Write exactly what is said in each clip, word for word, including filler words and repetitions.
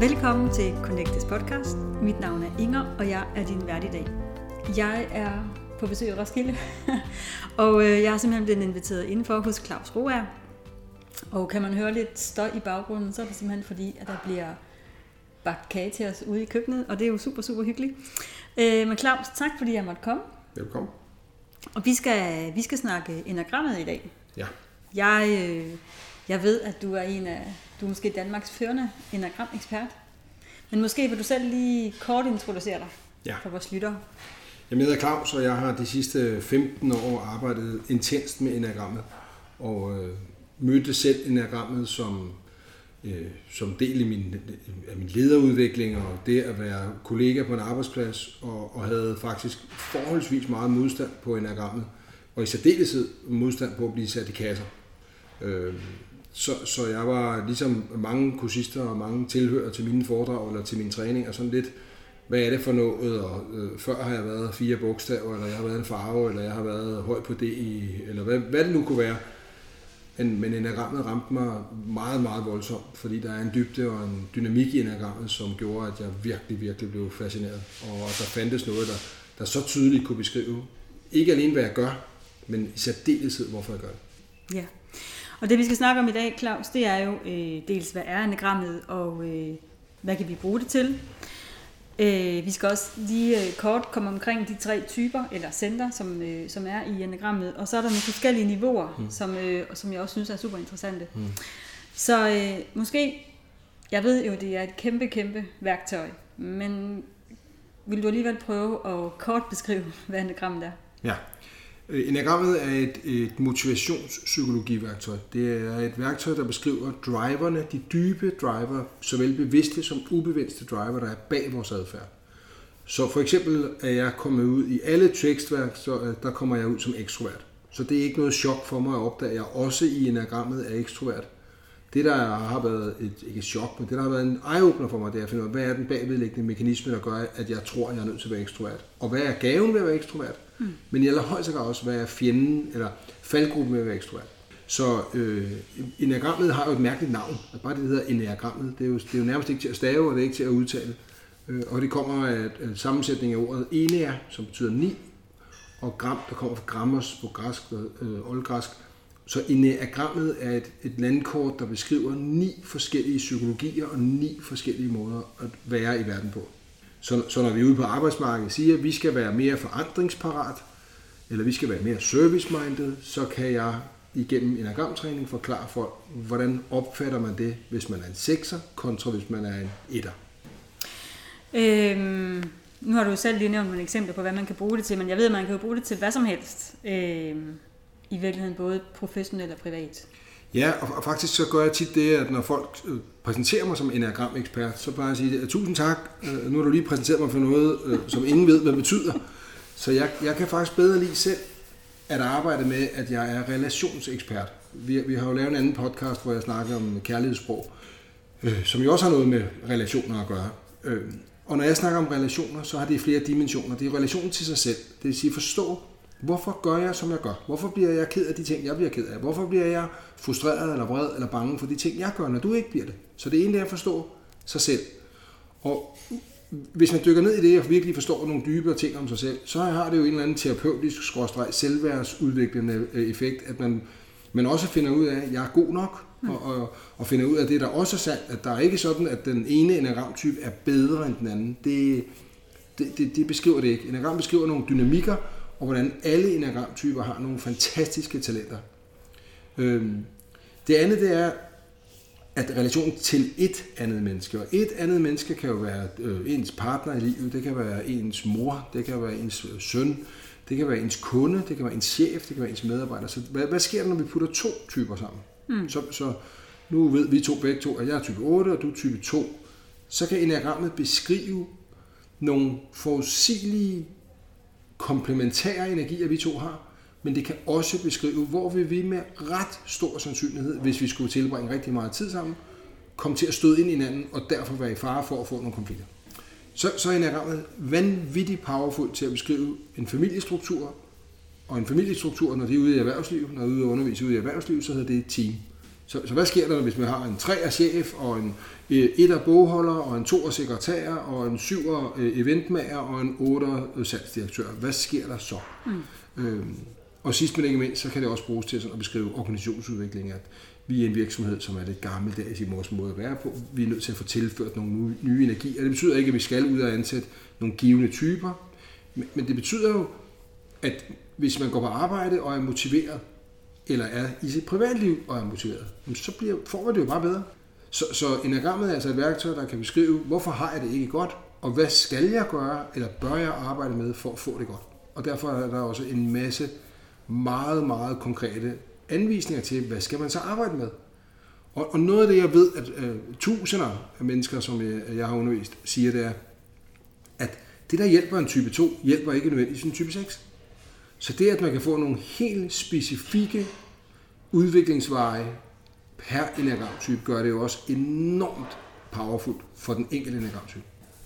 Velkommen til Connectes podcast. Mit navn er Inger, og jeg er din vært i dag. Jeg er på besøg i Roskilde, og jeg har simpelthen blevet inviteret indenfor hos Claus Roager. Og kan man høre lidt støj i baggrunden, så er det simpelthen fordi, at der bliver bagt kage til os ude i køkkenet, og det er jo super, super hyggeligt. Men Claus, tak fordi jeg måtte komme. Velkommen. Og vi skal, vi skal snakke enagrammet i dag. Ja. Jeg, jeg ved, at du er en af, du er måske Danmarks førende enagram-ekspert. Men måske vil du selv lige kort introducere dig ja. for vores lyttere. Jeg hedder Claus, og jeg har de sidste femten år arbejdet intenst med enagrammet. Og øh, mødte selv enagrammet som, øh, som del af min, af min lederudvikling og det at være kollega på en arbejdsplads. Og, og havde faktisk forholdsvis meget modstand på enagrammet. Og i særdeleshed modstand på at blive sat i kasser. Øh, Så, så jeg var ligesom mange kursister og mange tilhører til mine foredrag eller til mine træninger sådan lidt, hvad er det for noget, og øh, før har jeg været fire bogstaver, eller jeg har været en farve, eller jeg har været høj på det, eller hvad, hvad det nu kunne være. Men, men enagrammet ramte mig meget, meget voldsomt, fordi der er en dybde og en dynamik i enagrammet, som gjorde, at jeg virkelig, virkelig blev fascineret. Og der fandtes noget, der, der så tydeligt kunne beskrive, ikke alene hvad jeg gør, men i særdeleshed, hvorfor jeg gør det. Ja. Og det vi skal snakke om i dag, Claus, det er jo øh, dels hvad er enagrammet, og øh, hvad kan vi bruge det til. Øh, vi skal også lige øh, kort komme omkring de tre typer, eller center, som, øh, som er i enagrammet. Og så er der nogle forskellige niveauer, mm. som, øh, som jeg også synes er super interessante. Mm. Så øh, måske, jeg ved jo, det er et kæmpe, kæmpe værktøj, men vil du alligevel prøve at kort beskrive, hvad enagrammet er? Ja. Enagrammet er et, et motivationspsykologiværktøj. Det er et værktøj, der beskriver driverne, de dybe driver, såvel bevidste som ubevidste driver, der er bag vores adfærd. Så for eksempel er jeg kommet ud i alle tekstværk, så der kommer jeg ud som ekstrovert. Så det er ikke noget chok for mig at opdage, at jeg også i enagrammet er ekstrovert. Det der har været et, ikke et chok, men det der har været en eye-opener for mig, det er at finde ud af, hvad er den bagvedliggende mekanisme, der gør, at jeg tror, at jeg er nødt til at være ekstrovert. Og hvad er gaven ved at være ekstrovert? Mm. Men i allerhøjeste grad også, hvad er fjenden eller faldgruppen med at være ekstrovert. Så øh, enagrammet har jo et mærkeligt navn. Bare det, der hedder enagrammet, det er, jo, det er jo nærmest ikke til at stave, og det er ikke til at udtale. Øh, og det kommer af en sammensætning af ordet enea, som betyder ni, og gram, der kommer fra grammos på græsk, øh, oldgræsk. Så enagrammet er et, et landkort, der beskriver ni forskellige psykologier og ni forskellige måder at være i verden på. Så, så når vi er ude på arbejdsmarkedet siger, at vi skal være mere forandringsparat, eller vi skal være mere service-minded, så kan jeg igennem enagramtræning forklare folk, hvordan opfatter man det, hvis man er en sekser, kontra hvis man er en etter. Øhm, nu har du selv lige nævnt nogle eksempler på, hvad man kan bruge det til, men jeg ved, at man kan jo bruge det til hvad som helst. Øhm, I virkeligheden både professionelt og privat. Ja, og faktisk så gør jeg tit det, at når folk præsenterer mig som enagramekspert, så bare jeg sige, tusind tak, nu har du lige præsenteret mig for noget, som ingen ved, hvad det betyder. Så jeg, jeg kan faktisk bedre lide selv at arbejde med, at jeg er relationsekspert. Vi, vi har jo lavet en anden podcast, hvor jeg snakker om kærlighedssprog, øh, som jo også har noget med relationer at gøre. Øh, og når jeg snakker om relationer, så har det flere dimensioner. Det er relationen til sig selv. Det vil sige forstå, hvorfor gør jeg, som jeg gør? Hvorfor bliver jeg ked af de ting, jeg bliver ked af? Hvorfor bliver jeg frustreret eller vred eller bange for de ting, jeg gør, når du ikke bliver det? Så det ene er at forstå sig selv. Og hvis man dykker ned i det og virkelig forstår nogle dybere ting om sig selv, så har det jo en eller anden terapeutisk skråstreg selvværdsudviklende effekt, at man, man også finder ud af, at jeg er god nok, og, og, og finder ud af det, der også er sandt, at der er ikke sådan, at den ene enagramtype er bedre end den anden. Det, det, det, det beskriver det ikke. Enagram beskriver nogle dynamikker, og hvordan alle enagramtyper har nogle fantastiske talenter. Øhm, det andet, det er, at relationen til et andet menneske, og et andet menneske kan jo være øh, ens partner i livet, det kan være ens mor, det kan være ens søn, det kan være ens kunde, det kan være ens chef, det kan være ens medarbejder. Så hvad, hvad sker der, når vi putter to typer sammen? Mm. Så, så nu ved vi to begge to, at jeg er type otte, og du er type to. Så kan enagrammet beskrive nogle forudsigelige komplementære energier, vi to har, men det kan også beskrive, hvor vil vi med ret stor sandsynlighed, hvis vi skulle tilbringe rigtig meget tid sammen, komme til at støde ind i hinanden, og derfor være i fare for at få nogle konflikter. Så, så er enagrammet vanvittigt powerful til at beskrive en familiestruktur, og en familiestruktur, når de er ude i erhvervsliv, når de er ude og undervise ude i erhvervsliv, så hedder det et team. Så, så hvad sker der, hvis man har en treer chef, og en etter bogholder, og en toer sekretær, og en syver eventmager, og en otter salgsdirektør? Hvad sker der så? Mm. Øhm, og sidst men ikke mindst, så kan det også bruges til sådan at beskrive organisationsudvikling, at vi er en virksomhed, som er lidt gammeldags i vores måde at være på. Vi er nødt til at få tilført nogle nye energier. Det betyder ikke, at vi skal ud og ansætte nogle givende typer, men det betyder jo, at hvis man går på arbejde og er motiveret, eller er i sit privatliv og er motiveret, så bliver, får man det jo bare bedre. Så, så enagrammet er altså et værktøj, der kan beskrive, hvorfor har jeg det ikke godt, og hvad skal jeg gøre, eller bør jeg arbejde med for at få det godt. Og derfor er der også en masse meget, meget konkrete anvisninger til, hvad skal man så arbejde med. Og, og noget af det, jeg ved, at øh, tusinder af mennesker, som jeg, jeg har undervist, siger, det er, at det, der hjælper en type to, hjælper ikke nødvendigvis en type seks. Så det, at man kan få nogle helt specifikke udviklingsveje per enagramtype, gør det jo også enormt powerful for den enkelte enagramtype.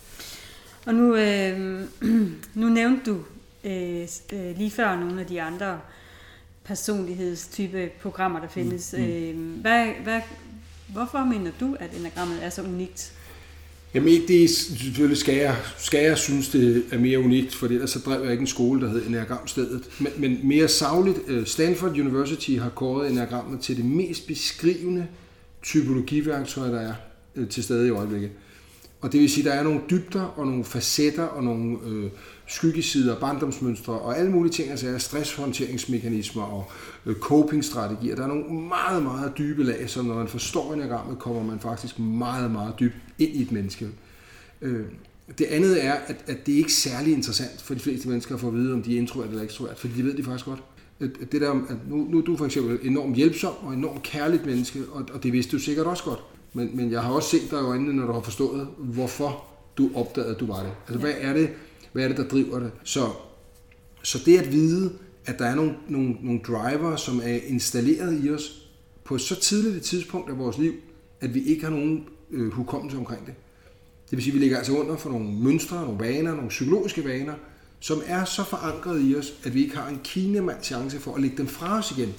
Og nu, øh, nu nævnte du øh, lige før nogle af de andre personlighedstype programmer, der findes. Mm. Mm. Hvad, hvad, hvorfor mener du, at enagrammet er så unikt? Jamen det er selvfølgelig, skal jeg, skal jeg synes, det er mere unikt, for ellers så drev jeg ikke en skole, der hed Enagramstedet. Men, men mere sagligt, Stanford University har kåret enagrammet til det mest beskrivende typologiværktøj, der er til stede i øjeblikket. Og det vil sige, at der er nogle dybder og nogle facetter og nogle øh, skyggesider, barndomsmønstre og alle mulige ting, altså stresshåndteringsmekanismer og øh, copingstrategier. Der er nogle meget, meget dybe lag, så når man forstår enagrammet, kommer man faktisk meget, meget dybt ind i et menneske. Øh, det andet er, at, at det ikke er særlig interessant for de fleste mennesker at få at vide, om de er introvert eller ekstrovert, for de ved de faktisk godt. Det der, at nu, nu er du for eksempel enormt hjælpsom og enormt kærligt menneske, og, og det vidste du sikkert også godt. Men, men jeg har også set dig i øjnene, når du har forstået, hvorfor du opdagede, at du var det. Altså, ja. hvad, er det, hvad er det, der driver det? Så, så det at vide, at der er nogle, nogle, nogle driver, som er installeret i os på så tidligt et tidspunkt af vores liv, at vi ikke har nogen øh, hukommelse omkring det. Det vil sige, at vi ligger altså under for nogle mønstre, nogle vaner, nogle psykologiske vaner, som er så forankret i os, at vi ikke har en kinemand chance for at lægge dem fra os igen.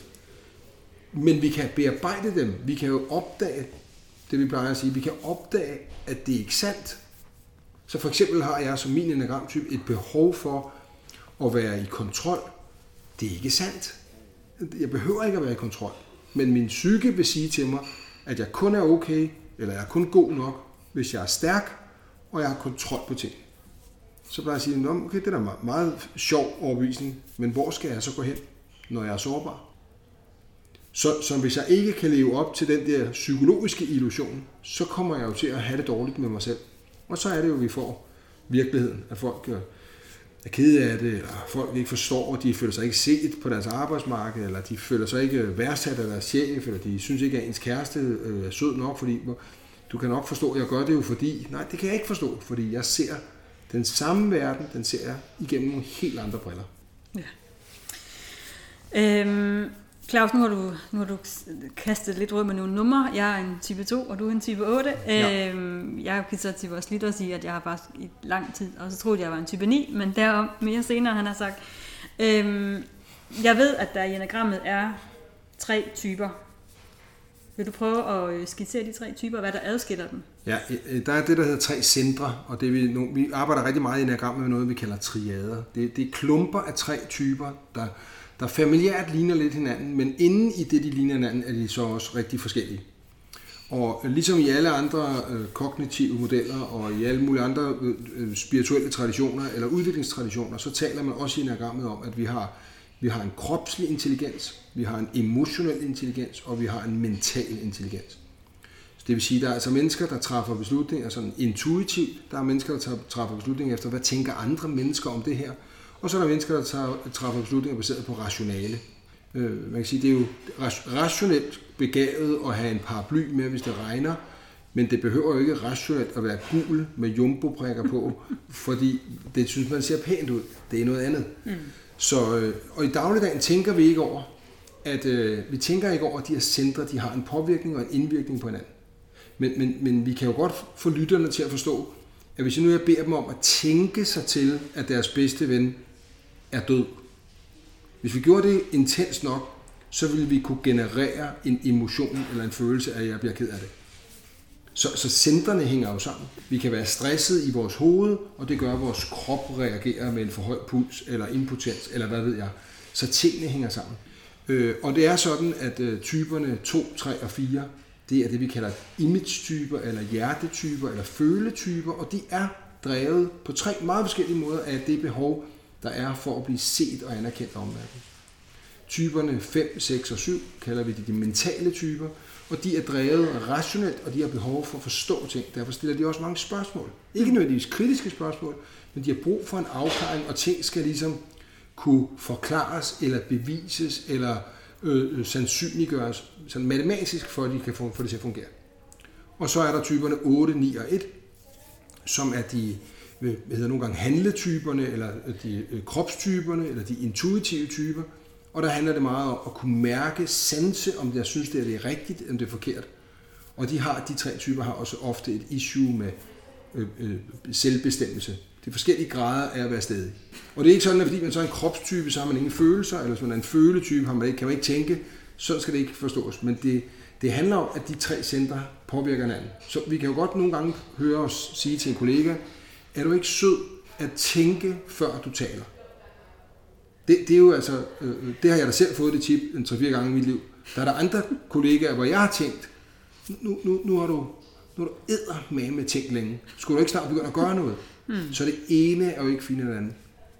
Men vi kan bearbejde dem. Vi kan jo opdage det, vi plejer at sige. Vi kan opdage, at det ikke er sandt. Så for eksempel har jeg som min enagramtype et behov for at være i kontrol. Det er ikke sandt. Jeg behøver ikke at være i kontrol. Men min psyke vil sige til mig, at jeg kun er okay, eller jeg er kun god nok, hvis jeg er stærk, og jeg har kontrol på ting. Så plejer jeg at sige, okay, det er da meget, meget sjov overbevisning, men hvor skal jeg så gå hen, når jeg er sårbar? Så, så hvis jeg ikke kan leve op til den der psykologiske illusion, så kommer jeg jo til at have det dårligt med mig selv. Og så er det jo, at vi får virkeligheden, at folk er kede af det, eller folk ikke forstår, de føler sig ikke set på deres arbejdsmarked, eller de føler sig ikke værdsat af deres chef, eller de synes ikke, at ens kæreste er sød nok, fordi du kan nok forstå, at jeg gør det jo fordi, nej, det kan jeg ikke forstå, fordi jeg ser den samme verden, den ser jeg igennem nogle helt andre briller. Ja. Øhm, Claus, nu har, du, nu har du kastet lidt rundt med nogle numre. Jeg er en type to, og du er en type otte. Ja. Øhm, jeg kan så til vores lytter sige, at jeg har faktisk i lang tid også troet, at jeg var en type ni, men derom mere senere, han har sagt. Øhm, jeg ved, at der i enagrammet er tre typer. Vil du prøve at skitsere de tre typer, hvad der adskiller dem? Ja, der er det, der hedder tre centre, og det vi, nu, vi arbejder rigtig meget i enagrammet med noget, vi kalder triader. Det, det er klumper af tre typer, der, der familiært ligner lidt hinanden, men inden i det, de ligner hinanden, er de så også rigtig forskellige. Og ligesom i alle andre øh, kognitive modeller, og i alle mulige andre øh, spirituelle traditioner eller udviklingstraditioner, så taler man også i enagrammet om, at vi har Vi har en kropslig intelligens, vi har en emotionel intelligens, og vi har en mental intelligens. Så det vil sige, at der er altså mennesker, der træffer beslutninger sådan intuitivt. Der er mennesker, der træffer beslutninger efter, hvad tænker andre mennesker om det her. Og så er der mennesker, der træffer beslutninger baseret på rationale. Man kan sige, det er jo rationelt begavet at have en paraply med, hvis det regner, men det behøver jo ikke rationelt at være gul med jumbo-prikker på, fordi det synes man ser pænt ud. Det er noget andet. Mm. Så, og i dagligdagen tænker vi ikke over, at øh, vi tænker ikke over, at de her centre, de har en påvirkning og en indvirkning på hinanden. Men, men, men vi kan jo godt få lytterne til at forstå, at hvis jeg nu jeg beder dem om at tænke sig til, at deres bedste ven er død. Hvis vi gjorde det intens nok, så vil vi kunne generere en emotion eller en følelse af, at jeg bliver ked af det. Så, så centrene hænger jo sammen. Vi kan være stresset i vores hoved, og det gør, at vores krop reagerer med en for høj puls eller impotens, eller hvad ved jeg. Så tingene hænger sammen. Øh, og det er sådan, at øh, typerne to, tre og fire, det er det, vi kalder image-typer, eller hjertetyper, eller føletyper, og de er drevet på tre meget forskellige måder af det behov, der er for at blive set og anerkendt af omverdenen. Typerne fem, seks og syv kalder vi de, de mentale typer, og de er drevet rationelt, og de har behov for at forstå ting. Derfor stiller de også mange spørgsmål. Ikke nødvendigvis kritiske spørgsmål, men de har brug for en afklaring, og ting skal ligesom kunne forklares, eller bevises, eller øh, sandsynliggøres sådan matematisk, for at de kan få, få det til at fungere. Og så er der typerne otte, ni og et, som er de hvad hedder nogle gange handletyperne, eller de øh, kropstyperne, eller de intuitive typer. Og der handler det meget om at kunne mærke, sanse, om jeg synes, det er, det er rigtigt, eller det er forkert. Og de har de tre typer har også ofte et issue med øh, øh, selvbestemmelse. Det er forskellige grader af at være stedig. Og det er ikke sådan, at fordi man så er en kropstype, så har man ingen følelser, eller hvis man er en føletype, har man ikke, kan man ikke tænke, så skal det ikke forstås. Men det, det handler om, at de tre centre påvirker hinanden. Så vi kan jo godt nogle gange høre os sige til en kollega, er du ikke sød at tænke, før du taler? Det, det er jo altså, øh, det har jeg da selv fået det tip en tre fire gange i mit liv. Der er der andre kollegaer, hvor jeg har tænkt, nu, nu, nu har du, nu har du eddermame med tænkt længe. Skulle du ikke snart begynde at gøre noget? Mm. Så det ene er jo ikke fint end det andet.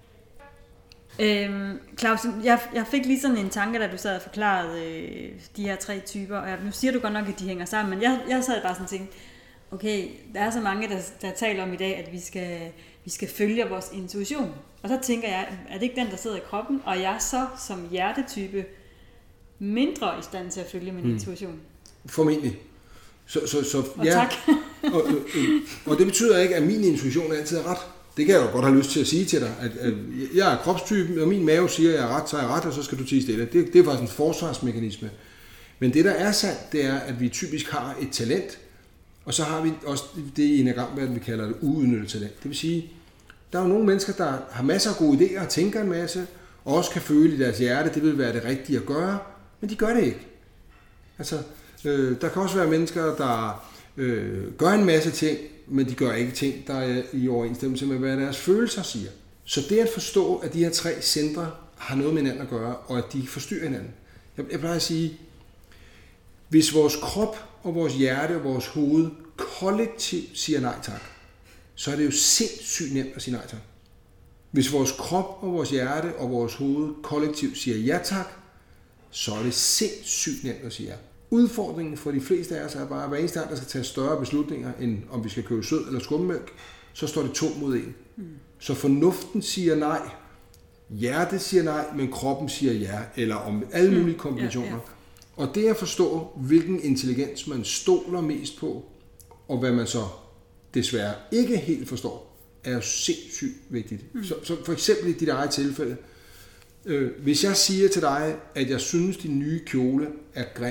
Øhm, Claus, jeg, jeg fik lige sådan en tanke, da du sad og forklarede øh, de her tre typer, og nu siger du godt nok, at de hænger sammen, men jeg, jeg sad bare sådan og tænkte, okay, der er så mange, der, der taler om i dag, at vi skal, vi skal følge vores intuition. Og så tænker jeg, er det ikke den, der sidder i kroppen, og jeg er så som hjertetype mindre i stand til at følge min mm. intuition? Formentlig. Så, så, så, og ja, tak. og, og, og det betyder ikke, at min intuition altid er ret. Det kan jeg jo godt have lyst til at sige til dig, at, at jeg er kropstypen, og min mave siger, at jeg er ret, så er jeg ret, og så skal du tie stille. Det, det er faktisk en forsvarsmekanisme. Men det, der er sandt, det er, at vi typisk har et talent, og så har vi også det i enagramverdenen, vi kalder det uudnyttet talent. Det vil sige, der er jo nogle mennesker, der har masser af gode idéer og tænker en masse, og også kan føle i deres hjerte, det vil være det rigtige at gøre, men de gør det ikke. Altså, øh, der kan også være mennesker, der øh, gør en masse ting, men de gør ikke ting, der er i overensstemmelse med, hvad deres følelser siger. Så det at forstå, at de her tre centre har noget med hinanden at gøre, og at de forstyrrer hinanden. Jeg, jeg plejer at sige, hvis vores krop og vores hjerte og vores hoved kollektivt siger nej tak, så er det jo sindssygt nemt at sige nej tak. Hvis vores krop og vores hjerte og vores hoved kollektivt siger ja tak, så er det sindssygt nemt at sige ja. Udfordringen for de fleste af os er bare, at hver eneste gang, der skal tage større beslutninger, end om vi skal købe sød eller skummemælk, så står det to mod en. Mm. Så fornuften siger nej, hjertet siger nej, men kroppen siger ja, eller om alle mulige kombinationer. Mm. Ja, ja. Og det at forstå, hvilken intelligens man stoler mest på, og hvad man så desværre ikke helt forstår, er jo sindssygt vigtigt. Mm. Så, så for eksempel i dit eget tilfælde, øh, hvis jeg siger til dig, at jeg synes, din nye kjole er grim,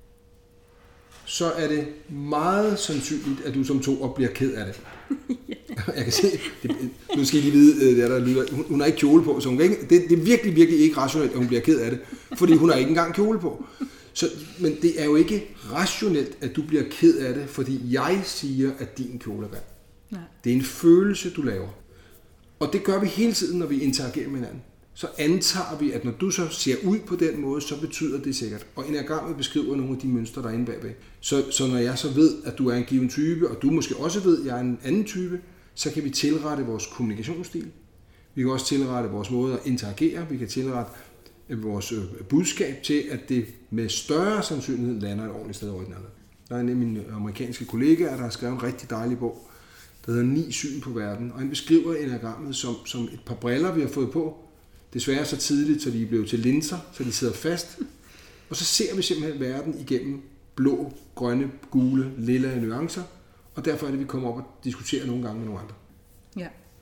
så er det meget sandsynligt, at du som toer bliver ked af det. Jeg kan se, det, nu skal I lige vide, det er der lyder, hun, hun har ikke kjole på, så hun ikke, det, det er virkelig, virkelig ikke rationelt, at hun bliver ked af det, fordi hun har ikke engang kjole på. Så, men det er jo ikke rationelt, at du bliver ked af det, fordi jeg siger, at din kjole er grim. Nej. Det er en følelse, du laver. Og det gør vi hele tiden, når vi interagerer med hinanden. Så antager vi, at når du så ser ud på den måde, så betyder det sikkert. Og enagrammet beskriver nogle af de mønstre, der er inde bagved. Så, så når jeg så ved, at du er en given type, og du måske også ved, at jeg er en anden type, så kan vi tilrette vores kommunikationsstil. Vi kan også tilrette vores måde at interagere. Vi kan tilrette vores budskab til, at det med større sandsynlighed lander et ordentligt sted over den anden. Der er en af mine amerikanske kollegaer, der har skrevet en rigtig dejlig bog, der hedder Ni syn på verden. Og han beskriver enagrammet som, som et par briller, vi har fået på. Desværre så tidligt, så de er blevet til linser, så de sidder fast. Og så ser vi simpelthen verden igennem blå, grønne, gule, lilla nuancer. Og derfor er det, vi kommer op og diskuterer nogle gange med nogle andre. Ja.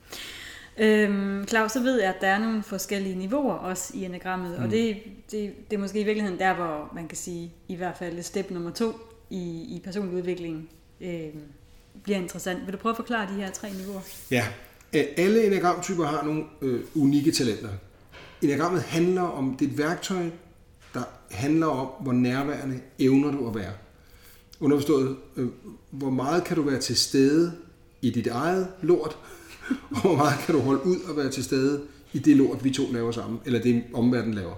Øhm, Claus, så ved jeg, at der er nogle forskellige niveauer også i enagrammet. Mm. Og det, det, det er måske i virkeligheden der, hvor man kan sige, i hvert fald step nummer to i, i personlig udvikling øhm, bliver interessant. Vil du prøve at forklare de her tre niveauer? Ja. Alle enagramtyper har nogle øh, unikke talenter. Enagrammet handler om, det er et værktøj, der handler om, hvor nærværende evner du at være. Underforstået, øh, hvor meget kan du være til stede i dit eget lort, og hvor meget kan du holde ud og være til stede i det lort, vi to laver sammen, eller det omverdenen laver.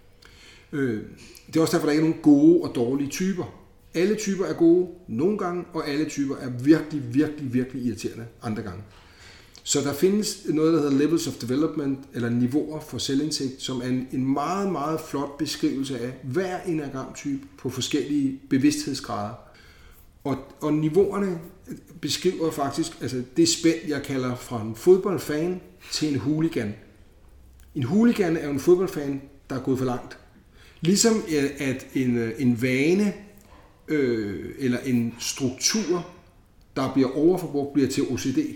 Øh, det er også derfor, der ikke er nogen gode og dårlige typer. Alle typer er gode nogle gange, og alle typer er virkelig, virkelig, virkelig irriterende andre gange. Så der findes noget, der hedder Levels of Development, eller niveauer for selvindsigt, som er en, en meget, meget flot beskrivelse af hver enagramtype på forskellige bevidsthedsgrader. Og, og niveauerne beskriver faktisk altså det spænd, jeg kalder fra en fodboldfan til en hooligan. En hooligan er en fodboldfan, der er gået for langt. Ligesom at en, en vane øh, eller en struktur, der bliver overforbrugt, bliver til O C D.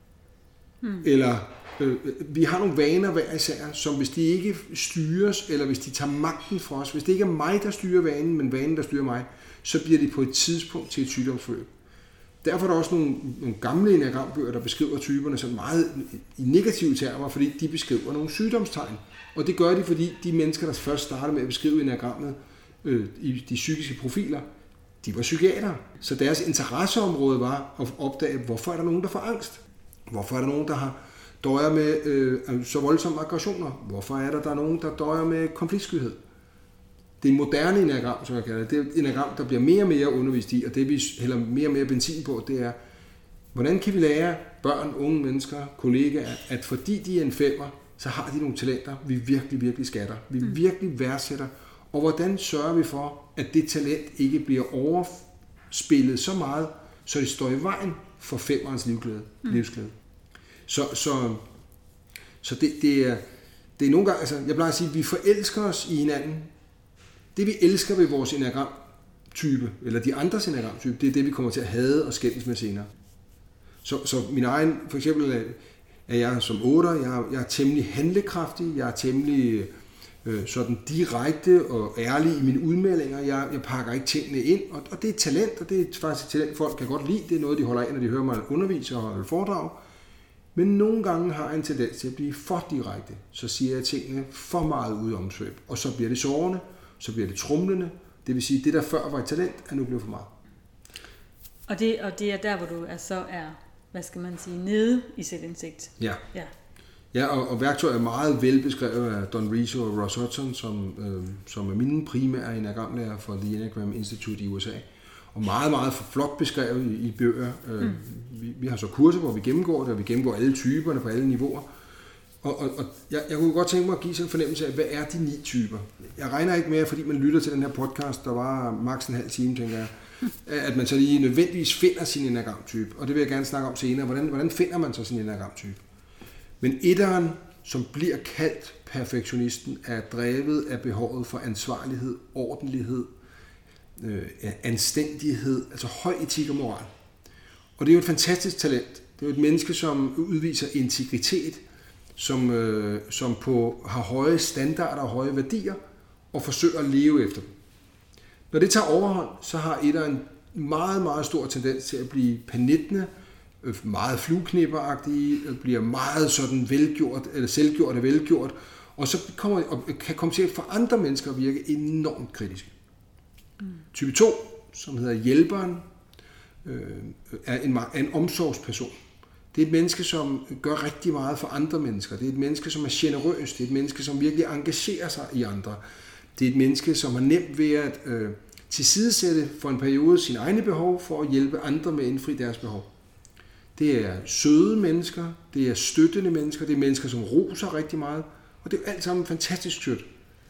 Hmm. Eller øh, vi har nogle vaner hver især, som hvis de ikke styres, eller hvis de tager magten fra os, hvis det ikke er mig, der styrer vanen, men vanen, der styrer mig, så bliver de på et tidspunkt til et sygdomsforløb. Derfor er der også nogle, nogle gamle enagrambøger, der beskriver typerne sådan meget i negative termer, fordi de beskriver nogle sygdomstegn. Og det gør de, fordi de mennesker, der først startede med at beskrive enagrammet øh, i de psykiske profiler, de var psykiatere. Så deres interesseområde var at opdage, hvorfor er der nogen, der får angst? Hvorfor er der nogen, der har døjer med øh, så voldsomme aggressioner? Hvorfor er der, der er nogen, der døjer med konfliktskyhed? Det er en moderne enagram, som jeg kalder det. Det er et enagram, der bliver mere og mere undervist i, og det vi hælder mere og mere benzin på, det er, hvordan kan vi lære børn, unge mennesker, kollegaer, at fordi de er en femmer, så har de nogle talenter, vi virkelig, virkelig skatter. Vi virkelig værdsætter. Og hvordan sørger vi for, at det talent ikke bliver overspillet så meget, så det står i vejen for femmerens livsglæde. Mm. livsglæde. Så, så, så det, det, er, det er nogle gange, altså jeg plejer at sige, at vi forelsker os i hinanden. Det vi elsker ved vores enagramtype, eller de andres enagramtype, det er det, vi kommer til at hade og skændes med senere. Så, så min egen, for eksempel er jeg som otter, jeg er, jeg er temmelig handlekraftig, jeg er temmelig øh, sådan direkte og ærlig i mine udmeldinger, jeg, jeg pakker ikke tingene ind, og, og det er et talent, og det er faktisk et talent, folk kan godt lide, det er noget, de holder af, når de hører mig undervise og holde foredrag. Men nogle gange har jeg en tendens til at blive for direkte, så siger jeg tingene for meget ude om svøb, og så bliver det sårende, så bliver det trumlende, det vil sige, at det der før var et talent, er nu blevet for meget. Og det, og det er der, hvor du er, så er, hvad skal man sige, nede i selvindsigt. Ja. Ja, ja og, og værktøjer er meget velbeskrevet af Don Riso og Ross Hudson, som, øh, som er mine primære enagramlærer for The Enneagram Institute i U S A. Og meget, meget flot beskrevet i, i bøger. Mm. Vi, vi har så kurser, hvor vi gennemgår det, og vi gennemgår alle typerne på alle niveauer. Og, og, og jeg, jeg kunne godt tænke mig at give sådan en fornemmelse af, hvad er de ni typer? Jeg regner ikke med, fordi man lytter til den her podcast, der var maks en halv time, tænker jeg, at man så lige nødvendigvis finder sin enagramtype. Og det vil jeg gerne snakke om senere. Hvordan, hvordan finder man så sin enagramtype? Men etteren, som bliver kaldt perfektionisten, er drevet af behovet for ansvarlighed, ordentlighed, øh, anstændighed, altså høj etik og moral. Og det er jo et fantastisk talent. Det er jo et menneske, som udviser integritet, som, øh, som på, har høje standarder og høje værdier, og forsøger at leve efter dem. Når det tager overhånd, så har etter en meget, meget stor tendens til at blive panittende, meget flueknipperagtige, bliver meget sådan velgjort, eller selvgjort og velgjort, og så kommer, og kan komme til at for andre mennesker at virke enormt kritiske. Mm. Type to, som hedder hjælperen, øh, er, en, er en omsorgsperson. Det er et menneske, som gør rigtig meget for andre mennesker. Det er et menneske, som er generøs. Det er et menneske, som virkelig engagerer sig i andre. Det er et menneske, som har nemt ved at øh, tilsidesætte for en periode sine egne behov for at hjælpe andre med at indfri deres behov. Det er søde mennesker, det er støttende mennesker, det er mennesker, som roser rigtig meget, og det er alt sammen fantastisk sødt.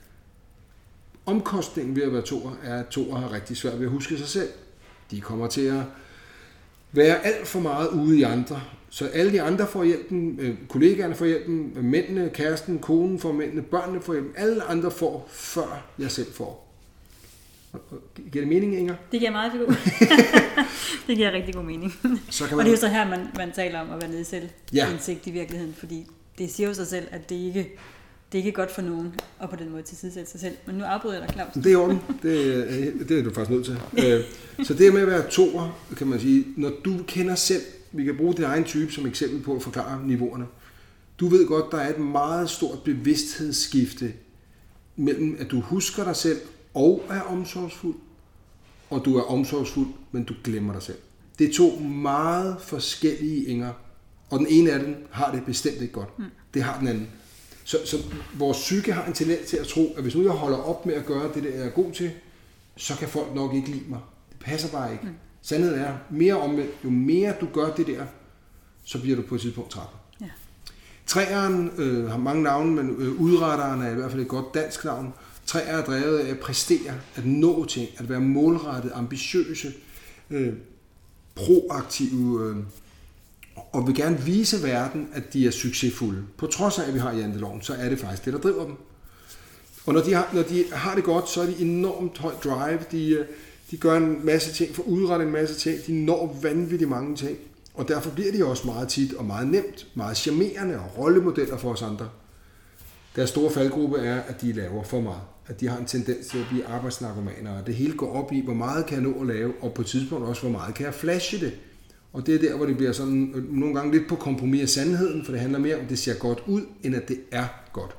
Omkostningen ved at være toer er, at toer har rigtig svært ved at huske sig selv. De kommer til at være alt for meget ude i andre. Så alle de andre får hjælpen, kollegaerne får hjælpen, mændene, kæresten, konen får mændene, børnene får hjælpen. Alle andre får, før jeg selv får. Giver det mening, Inger? Det giver meget god. Det giver rigtig god mening. Så kan man... Og det er jo så her, man, man taler om at være nede i selvindsigt ja. I virkeligheden, fordi det siger jo sig selv, at det ikke det er ikke godt for nogen at på den måde tilsidesætte sig selv. Men nu afbryder jeg dig, Claus. Det er orden. Det, det er du faktisk nødt til. Så det med at være toer, kan man sige, når du kender selv, vi kan bruge din egen type som eksempel på at forklare niveauerne. Du ved godt, der er et meget stort bevidsthedsskifte mellem, at du husker dig selv og er omsorgsfuld, og du er omsorgsfuld, men du glemmer dig selv. Det er to meget forskellige inger, og den ene af dem har det bestemt ikke godt. Mm. Det har den anden. Så, så vores psyke har en tendens til at tro, at hvis nu jeg holder op med at gøre det, der jeg er god til, så kan folk nok ikke lide mig. Det passer bare ikke. Mm. Sandheden er, mere omvendt, jo mere du gør det der, så bliver du på et tidspunkt træt. Ja. Træeren øh, har mange navne, men øh, udretteren er i hvert fald et godt dansk navn. Træer er drevet af at præstere, at nå ting, at være målrettet, ambitiøse, øh, proaktive, øh, og vil gerne vise verden, at de er succesfulde. På trods af, at vi har janteloven, så er det faktisk det, der driver dem. Og når de har, når de har det godt, så er de enormt høj drive. De, de gør en masse ting, får udrettet en masse ting. De når vanvittigt mange ting. Og derfor bliver de også meget tit og meget nemt, meget charmerende og rollemodeller for os andre. Deres store faldgruppe er, at de laver for meget. At de har en tendens til at blive arbejdsnarkomaner. Og det hele går op i, hvor meget kan jeg nå at lave, og på et tidspunkt også, hvor meget kan jeg flashe det. Og det er der, hvor det bliver sådan nogle gange lidt på kompromis af sandheden, for det handler mere om, at det ser godt ud, end at det er godt.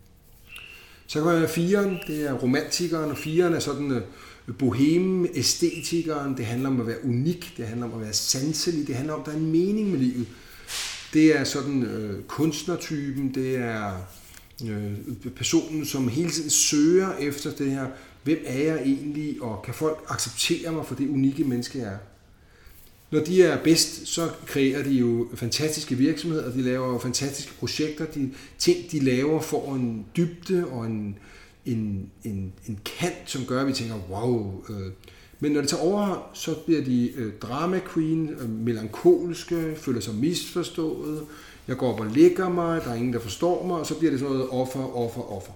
Så kan man være fireren, det er romantikeren, og fireren er sådan bohemen, æstetikeren, det handler om at være unik, det handler om at være sanselig, det handler om, at der er en mening med livet. Det er sådan øh, kunstnertypen, det er øh, personen, som hele tiden søger efter det her, hvem er jeg egentlig, og kan folk acceptere mig for det unikke menneske, jeg er. Når de er bedst, så kreerer de jo fantastiske virksomheder, de laver fantastiske projekter, de ting, de laver, får en dybde og en, en, en, en kant, som gør, at vi tænker, wow. Men når det tager overhånd, så bliver de drama queen, melankolske, føler sig misforstået, jeg går op og lægger mig, der er ingen, der forstår mig, og så bliver det sådan noget offer, offer, offer.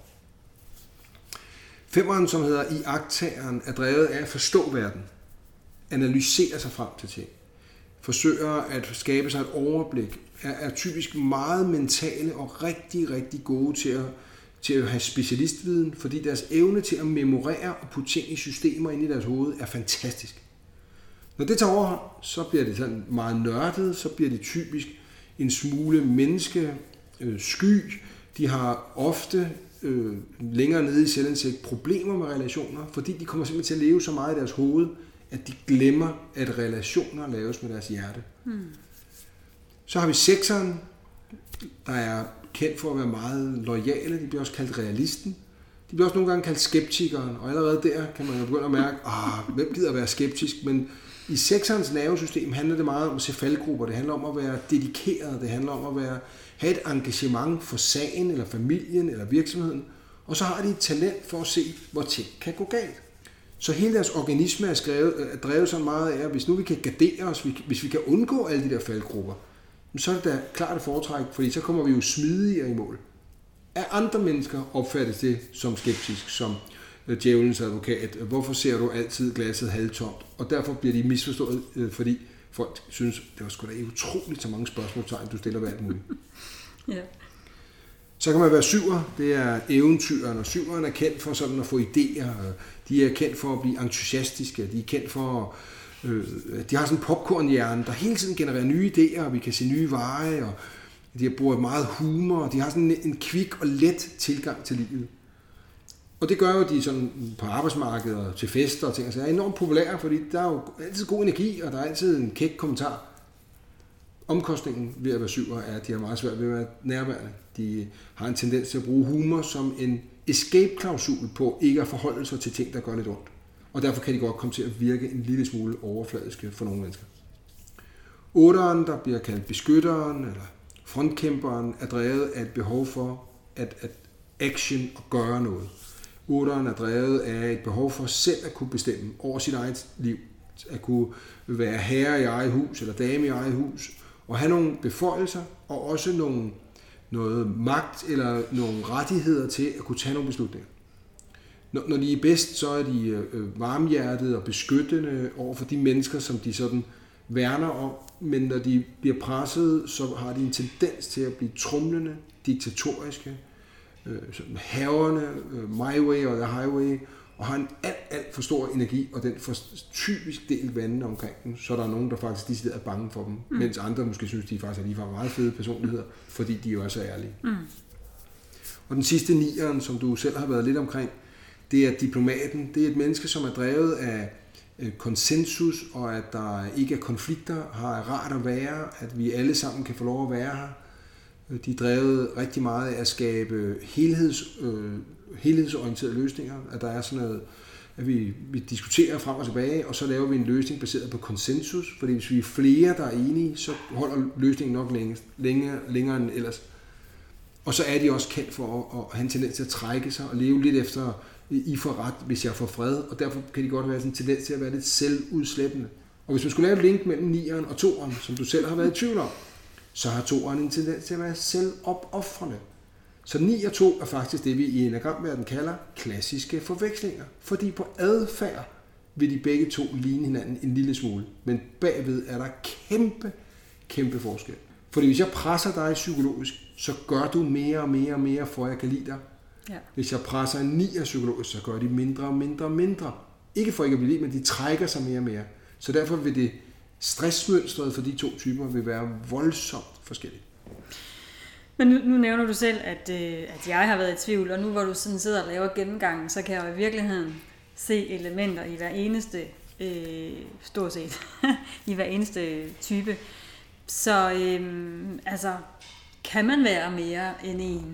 Femmeren, som hedder iagttageren, er drevet af at forstå verden, analysere sig frem til ting, forsøger at skabe sig et overblik, er, er typisk meget mentale og rigtig, rigtig gode til at, til at have specialistviden, fordi deres evne til at memorere og putte ting i systemer ind i deres hoved er fantastisk. Når det tager overhånd, så bliver det sådan meget nørdet, så bliver det typisk en smule menneske, øh, sky. De har ofte øh, længere nede i selvindsigt problemer med relationer, fordi de kommer simpelthen til at leve så meget i deres hoved, at de glemmer, at relationer laves med deres hjerte. Hmm. Så har vi sekseren, der er kendt for at være meget loyale. De bliver også kaldt realisten. De bliver også nogle gange kaldt skeptikeren, og allerede der kan man jo begynde at mærke, ah, hvem gider at være skeptisk? Men i sekserens nervesystem handler det meget om at se faldgrupper. Det handler om at være dedikeret. Det handler om at være, have et engagement for sagen, eller familien, eller virksomheden. Og så har de et talent for at se, hvor ting kan gå galt. Så hele deres organisme er, skrevet, er drevet så meget af, at hvis nu vi kan gardere os, hvis vi kan undgå alle de der faldgrupper, så er det da klart et foretræk, fordi så kommer vi jo smidigere i mål. Af andre mennesker opfattes det som skeptisk, som djævelens advokat. Hvorfor ser du altid glasset halvtomt? Og derfor bliver de misforstået, fordi folk synes, det var sgu da utroligt så mange spørgsmålstegn, du stiller ved alt muligt. Ja. Så kan man være syver, det er eventyren, og syveren er kendt for sådan at få idéer. De er kendt for at blive entusiastiske, de er kendt for, øh, de har sådan en popcornhjerne, der hele tiden genererer nye idéer, og vi kan se nye veje, og de bruger meget humor, og de har sådan en kvik og let tilgang til livet. Og det gør jo, at de sådan på arbejdsmarkedet og til fester og ting, altså er enormt populære, fordi der er jo altid god energi, og der er altid en kæk kommentar. Omkostningen ved at være syver er, at de har meget svært ved at være nærværende. De har en tendens til at bruge humor som en escape-klausul på ikke at forholde sig til ting, der gør lidt ondt. Og derfor kan de godt komme til at virke en lille smule overfladiske for nogle mennesker. Otteren, der bliver kaldt beskytteren eller frontkæmperen, er drevet af et behov for at, at action og gøre noget. Otteren er drevet af et behov for selv at kunne bestemme over sit eget liv. At kunne være herre i eget hus eller dame i eget hus. Og have nogle beføjelser og også nogle, noget magt eller nogle rettigheder til at kunne tage nogle beslutninger. Når, når de er bedst, så er de øh, varmhjertede og beskyttende over for de mennesker, som de sådan værner om. Men når de bliver presset, så har de en tendens til at blive tromlende, diktatoriske, øh, haverne, øh, my way or the highway, og har en alt, alt for stor energi, og den får typisk delt vandene omkring dem, så der er nogen, der faktisk decideret er bange for dem, mm. mens andre måske synes, de faktisk er lige meget fede personligheder, fordi de jo er så ærlige. Mm. Og den sidste nieren, som du selv har været lidt omkring, det er diplomaten. Det er et menneske, som er drevet af konsensus, og at der ikke er konflikter, har rart at være, at vi alle sammen kan få lov at være her. De er drevet rigtig meget af at skabe helheds, øh, helhedsorienterede løsninger, at der er sådan noget, at vi, vi diskuterer frem og tilbage, og så laver vi en løsning baseret på konsensus, fordi hvis vi er flere, der er enige, så holder løsningen nok længe, længere, længere end ellers. Og så er de også kendt for at, at have en tendens til at trække sig og leve lidt efter, I får ret, hvis jeg får fred, og derfor kan de godt være sådan en tendens til at være lidt selvudslættende. Og hvis man skulle lave et link mellem nieren og toeren, som du selv har været i tvivl om, så har toeren en tendens til at være selvopoffrende. Så ni og to er faktisk det, vi i enagramverdenen kalder klassiske forvekslinger, fordi på adfærd vil de begge to ligne hinanden en lille smule, men bagved er der kæmpe, kæmpe forskel. Fordi hvis jeg presser dig psykologisk, så gør du mere og mere og mere, for at jeg kan lide dig. Ja. Hvis jeg presser en nier psykologisk, så gør de mindre og mindre og mindre. Ikke for ikke at blive lide, men de trækker sig mere og mere. Så derfor vil det stressmønstret for de to typer vil være voldsomt forskelligt. Men nu, nu nævner du selv, at, øh, at jeg har været i tvivl, og nu hvor du sådan sidder og laver gennemgangen, så kan jeg jo i virkeligheden se elementer i hver eneste, øh, stort set, i hver eneste type. Så øh, altså, kan man være mere end en?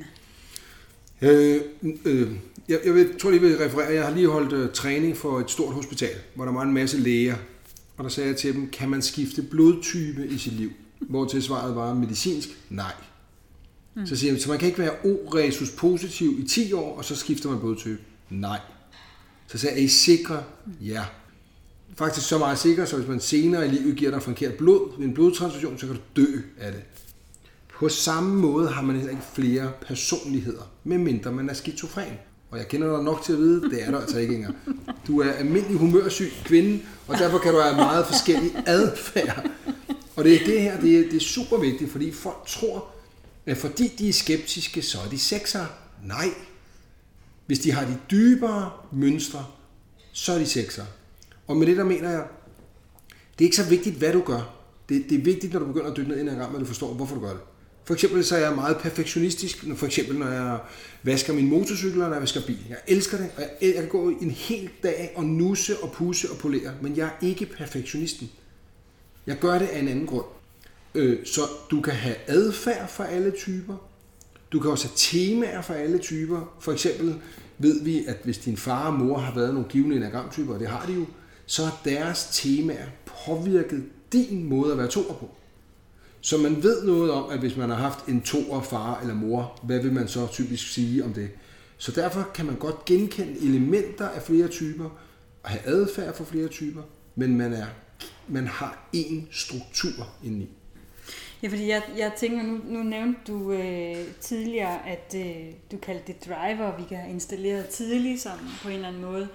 Øh, øh, jeg, jeg vil, tror lige, jeg vil referere. Jeg har lige holdt uh, træning for et stort hospital, hvor der var en masse læger. Og der sagde jeg til dem, kan man skifte blodtype i sit liv? Hvor til svaret var medicinsk, nej. Mm. Så siger jeg, så man kan ikke være O-resus positiv i ti år, og så skifter man blodtype? Nej. Så sagde jeg, er I sikre? Ja. Faktisk så meget sikker, så hvis man senere i livet giver dig forkert blod ved en blodtransfusion, så kan du dø af det. På samme måde har man heller ikke flere personligheder, medmindre man er skizofren. Og jeg kender dig nok til at vide, det er du altså ikke engang. Du er almindelig humørsyg kvinde, og derfor kan du have meget forskellig adfærd. Og det er det her, det er, det er super vigtigt, fordi folk tror, at fordi de er skeptiske, så er de sexere. Nej. Hvis de har de dybere mønstre, så er de sexere. Og med det der mener jeg, det er ikke så vigtigt, hvad du gør. Det, det er vigtigt, når du begynder at dykke ned i en engang, at du forstår, hvorfor du gør det. For eksempel så er jeg meget perfektionistisk, for eksempel når jeg vasker min motorcykel, eller når jeg vasker bil. Jeg elsker det, og jeg, jeg kan gå en hel dag og nusse og pusse og polere, men jeg er ikke perfektionisten. Jeg gør det af en anden grund. Så du kan have adfærd for alle typer. Du kan også have temaer for alle typer. For eksempel ved vi, at hvis din far og mor har været nogle givne enagramtyper, og det har de jo, så har deres temaer påvirket din måde at være toer på. Så man ved noget om, at hvis man har haft en toer far eller mor, hvad vil man så typisk sige om det? Så derfor kan man godt genkende elementer af flere typer, og have adfærd for flere typer, men man, er, man har én struktur indeni. Ja, fordi jeg, jeg tænker, nu, nu nævnte du øh, tidligere, at øh, du kaldte det driver, vi kan have installeret tidligt, som på en eller anden måde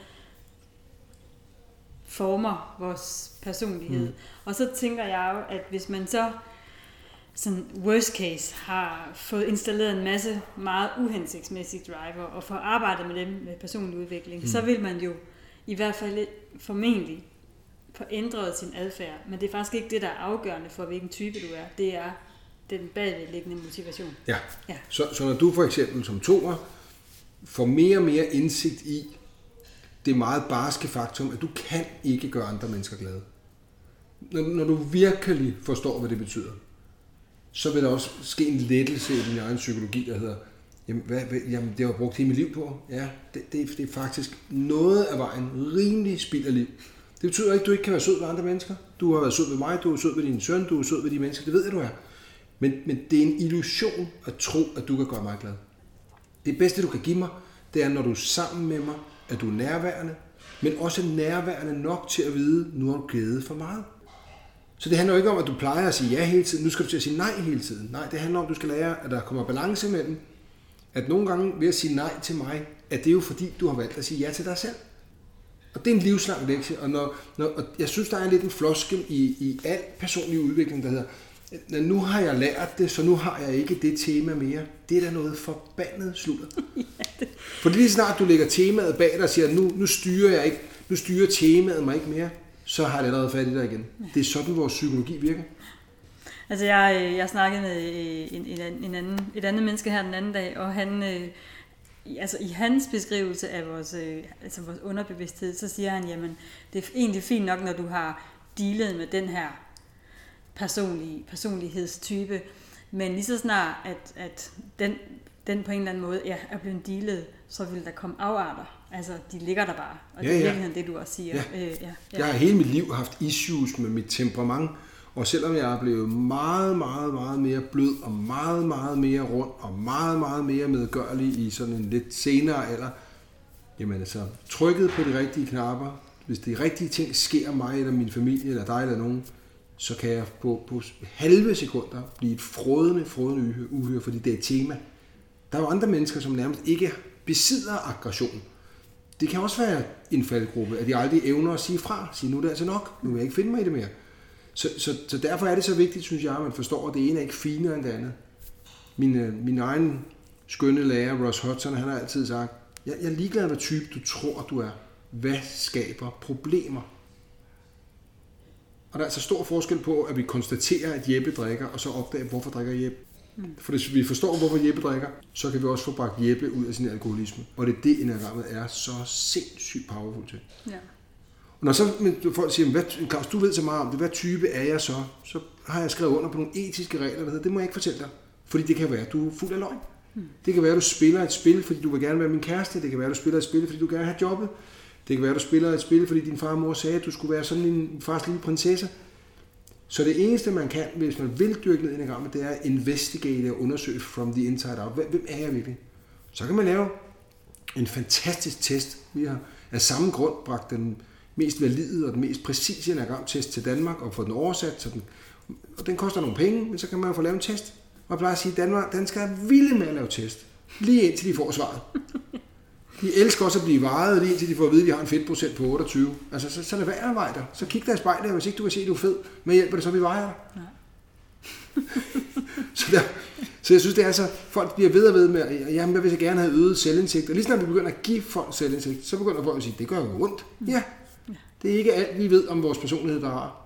former vores personlighed. Mm. Og så tænker jeg jo, at hvis man så sådan worst case har fået installeret en masse meget uhensigtsmæssige driver og får arbejdet med dem med personlig udvikling, mm. så vil man jo i hvert fald formentlig få ændret sin adfærd. Men det er faktisk ikke det, der er afgørende for, hvilken type du er. Det er den bagvedliggende motivation. Ja, ja. Så, så når du for eksempel som toer får mere og mere indsigt i det meget barske faktum, at du kan ikke gøre andre mennesker glade. Når, når du virkelig forstår, hvad det betyder, så vil der også ske en lettelse i din egen psykologi, der hedder, jamen, hvad, hvad, jamen det har jeg brugt hele mit liv på. Ja, det, det, det er faktisk noget af vejen rimelig spild af liv. Det betyder ikke, at du ikke kan være sød ved andre mennesker. Du har været sød ved mig, du er sød ved din søn, du er sød ved de mennesker, det ved jeg, du er. Men, men det er en illusion at tro, at du kan gøre mig glad. Det bedste, du kan give mig, det er, når du er sammen med mig, at du er nærværende, men også nærværende nok til at vide, nu har du givet for meget. Så det handler jo ikke om, at du plejer at sige ja hele tiden, nu skal du til at sige nej hele tiden. Nej, det handler om, at du skal lære, at der kommer balance mellem, at nogle gange ved at sige nej til mig, at det er jo fordi, du har valgt at sige ja til dig selv. Og det er en livslang lektie, og, når, når, og jeg synes, der er lidt en floskel i, i al personlig udvikling, der hedder, nu har jeg lært det, så nu har jeg ikke det tema mere. Det er da noget forbandet sludder. Ja, det... For lige snart du lægger temaet bag dig og siger, nu, nu styrer jeg ikke, nu styrer temaet mig ikke mere, så har jeg allerede fat i dig igen. Ja. Det er sådan, vores psykologi virker. Altså jeg, jeg snakkede med en, en, en anden, et andet menneske her den anden dag, og han, altså i hans beskrivelse af vores, altså vores underbevidsthed, så siger han, jamen det er egentlig fint nok, når du har dealet med den her personlige, personlighedstype, men lige så snart, at, at den, den på en eller anden måde ja, er blevet dealet, så vil der komme afarter. Altså, de ligger der bare. Og ja, det er ja. virkelig det, du også siger. Ja. Øh, ja, ja. Jeg har hele mit liv haft issues med mit temperament, og selvom jeg er blevet meget, meget, meget mere blød, og meget, meget mere rund, og meget, meget mere medgørlig i sådan en lidt senere alder, jamen altså, trykket på de rigtige knapper, hvis de rigtige ting sker mig, eller min familie, eller dig, eller nogen, så kan jeg på, på halve sekunder blive et frådende, frådende uhyre, fordi det er et tema. Der er jo andre mennesker, som nærmest ikke besidder aggression. Det kan også være en faldgruppe, at de aldrig evner at sige fra. Sige, nu er det altså nok, nu vil jeg ikke finde mig i det mere. Så, så, så derfor er det så vigtigt, synes jeg, at man forstår, at det ene er ikke finere end det andet. Min, min egen skønne lærer, Ross Hudson, han har altid sagt, jeg, jeg er ligeglad med type, du tror, du er. Hvad skaber problemer? Og der er altså stor forskel på, at vi konstaterer, at Jeppe drikker, og så opdager, hvorfor drikker Jeppe. Mm. For hvis vi forstår, hvorfor Jeppe drikker, så kan vi også få bragt Jeppe ud af sin alkoholisme. Og det er det, enagrammet er så sindssygt powerful til. Ja. Og når så folk siger, hvad, Claus, du ved så meget om det, hvad type er jeg så? Så har jeg skrevet under på nogle etiske regler, der hedder, det må jeg ikke fortælle dig. Fordi det kan være, at du er fuld af løgn. Mm. Det kan være, at du spiller et spil, fordi du vil gerne være min kæreste. Det kan være, at du spiller et spil, fordi du gerne vil have jobbet. Det kan være, at du spiller et spil, fordi din far og mor sagde, at du skulle være sådan en fars lille prinsesse. Så det eneste, man kan, hvis man vil dyrke ned i enagrammet, det er at investigate og undersøge from the inside out. Hvem er jeg virkelig? Så kan man lave en fantastisk test. Vi har af samme grund bragt den mest valide og den mest præcise enagramtest til Danmark og få den oversat. Så den, og den koster nogle penge, men så kan man jo få lavet en test. Og jeg plejer at sige, at Danmark, danskere er vilde med at lave test. Lige indtil de får svaret. De elsker også at blive vejet, lige indtil de får at vide, at de har en fedtprocent på otteogtyve. Altså, så, så lad være at veje dig. Så kig dig i spejlet, og hvis ikke du kan se, at du er fed, med hjælp af det, så vi vejer dig. Nej. så, der, så jeg synes, det er så, folk bliver ved og ved med, at jamen, jeg vil så gerne have øget selvindsigt. Og lige snart vi begynder at give folk selvindsigt, så begynder folk at sige, det gør jo ondt. Ja, det er ikke alt, vi ved om vores personlighed, der har.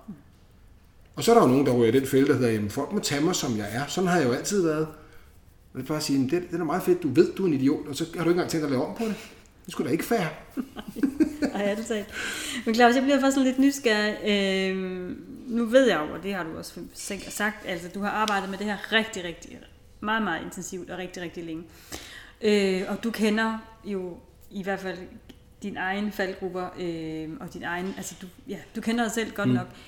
Og så er der jo nogen, der ryger i den fælde, der hedder, jamen, folk må tage mig, som jeg er. Sådan har jeg jo altid været. Og det er bare at sige, det, det er meget fedt, du ved, du er en idiot, og så har du ikke engang tænkt at lave om på det. Det skulle da ikke fair. Nej, er det sagt. Men Claus, jeg bliver faktisk lidt nysgerrig. Øh, nu ved jeg jo, og det har du også sagt, altså du har arbejdet med det her rigtig, rigtig, meget, meget intensivt og rigtig, rigtig længe. Øh, og du kender jo i hvert fald dine egne faldgrupper, øh, og din egen, altså du, ja, du kender dig selv godt mm. nok.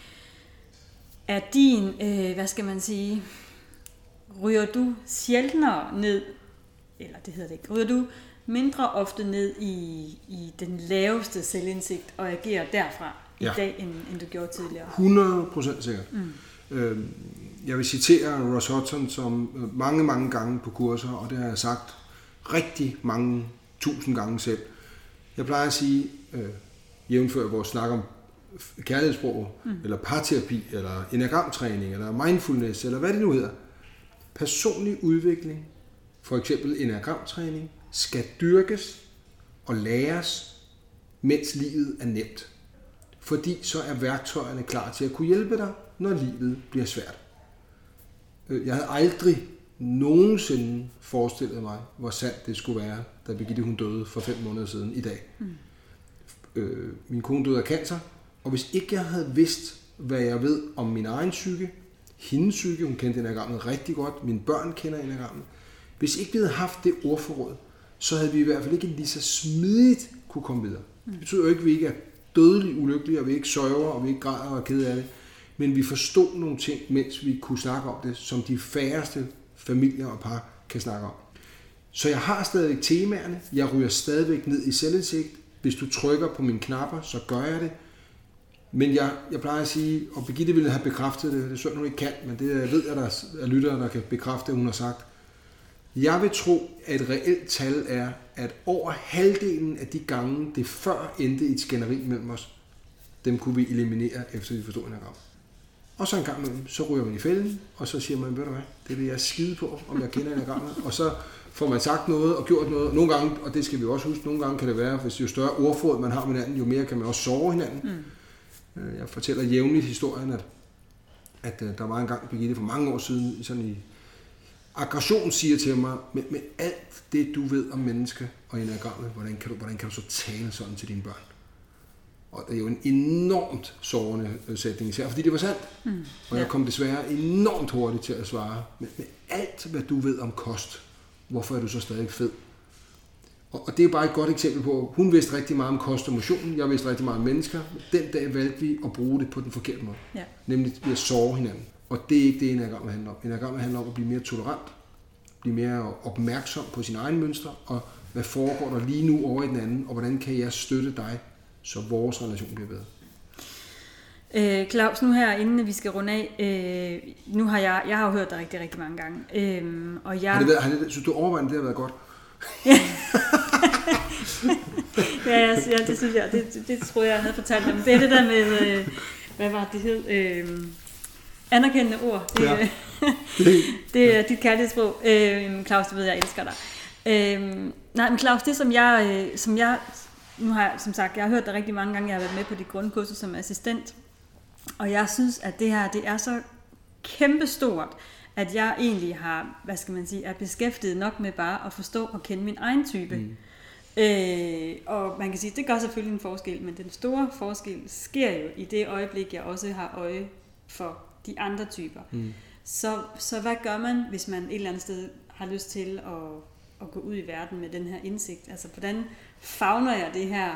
Er din, øh, hvad skal man sige, ryger du sjældnere ned, eller det hedder det ikke, ryger du mindre ofte ned i, i den laveste selvindsigt og agerer derfra ja. i dag, end, end du gjorde tidligere? hundrede procent sikkert. Mm. Øh, jeg vil citere Ross Hudson som mange, mange gange på kurser, og det har jeg sagt rigtig mange tusind gange selv. Jeg plejer at sige, øh, jævnfør vores snak om kærlighedssprog, mm. eller parterapi, eller enagramtræning, eller mindfulness, eller hvad det nu hedder. Personlig udvikling, for eksempel enagramtræning, skal dyrkes og læres, mens livet er nemt. Fordi så er værktøjerne klar til at kunne hjælpe dig, når livet bliver svært. Jeg havde aldrig nogensinde forestillet mig, hvor sandt det skulle være, da Birgitte hun døde for fem måneder siden i dag. Mm. Øh, min kone døde af cancer, og hvis ikke jeg havde vidst, hvad jeg ved om min egen psyke, hendes psyke, hun kendte enagrammet rigtig godt, mine børn kender enagrammet. Hvis ikke vi havde haft det ordforråd, så havde vi i hvert fald ikke lige så smidigt kunne komme videre. Det betyder jo ikke, at vi ikke er dødeligt ulykkelige, og vi ikke sørger, og vi ikke græder og er kede af det. Men vi forstod nogle ting, mens vi kunne snakke om det, som de færreste familier og par kan snakke om. Så jeg har stadigvæk temaerne, jeg ryger stadigvæk ned i selvindsigt. Hvis du trykker på mine knapper, så gør jeg det. Men jeg, jeg plejer at sige, og Birgitte ville have bekræftet det, det er sådan, hun ikke kan, men det jeg ved jeg, der er lyttere, der kan bekræfte det, hun har sagt. Jeg vil tro, at et reelt tal er, at over halvdelen af de gange, det før endte i et skænderi mellem os, dem kunne vi eliminere, efter vi forstod enagram. Og så en gang imellem, så ryger man i fælden, og så siger man, ved du hvad, det vil jeg skide på, om jeg kender enagrammet. Og så får man sagt noget og gjort noget. Nogle gange, og det skal vi også huske, nogle gange kan det være, hvis jo større ordforråd man har med hinanden, jo mere kan man også sove hinanden. Mm. Jeg fortæller jævnligt historien, at at uh, der var engang Birgitte for mange år siden, sådan i aggression siger til mig, med, med alt det, du ved om mennesker og enagrammet, hvordan kan, du, hvordan kan du så tale sådan til dine børn? Og det er jo en enormt sårende sætning, især fordi det var sandt. Mm, og jeg ja. kom desværre enormt hurtigt til at svare, med, med alt, hvad du ved om kost, hvorfor er du så stadig fed? Og, og det er bare et godt eksempel på, hun vidste rigtig meget om kost og motion, jeg vidste rigtig meget om mennesker. Den dag valgte vi at bruge det på den forkerte måde, ja. nemlig ved at såre hinanden. Og det er ikke det, enagrammet handler om. Enagrammet handler om at blive mere tolerant, blive mere opmærksom på sine egne mønstre, og hvad foregår der lige nu over i den anden, og hvordan kan jeg støtte dig, så vores relation bliver bedre. Øh, Claus, nu her, inden vi skal runde af, øh, nu har jeg, jeg har jo hørt dig rigtig, rigtig mange gange. Øh, og jeg... Har det været, har det, synes du overvejende, det har været godt? ja, ja, ja, det synes jeg, det, det, det tror jeg, jeg havde fortalt dem. Det er det der med, øh, hvad var det hed? Øh, anerkendende ord. Det, ja. det er dit kærlighedssprog. Øh, Claus, du ved, jeg elsker dig. Øh, nej, men Claus, det som jeg, øh, som jeg, nu har jeg, som sagt, jeg har hørt dig rigtig mange gange, jeg har været med på dit grundkursus som assistent, og jeg synes, at det her, det er så kæmpestort, at jeg egentlig har, hvad skal man sige, er beskæftiget nok med bare at forstå og kende min egen type. Mm. Øh, og man kan sige, det gør selvfølgelig en forskel, men den store forskel sker jo i det øjeblik, jeg også har øje for de andre typer. Mm. Så, så hvad gør man, hvis man et eller andet sted har lyst til at, at gå ud i verden med den her indsigt? Altså, hvordan favner jeg det her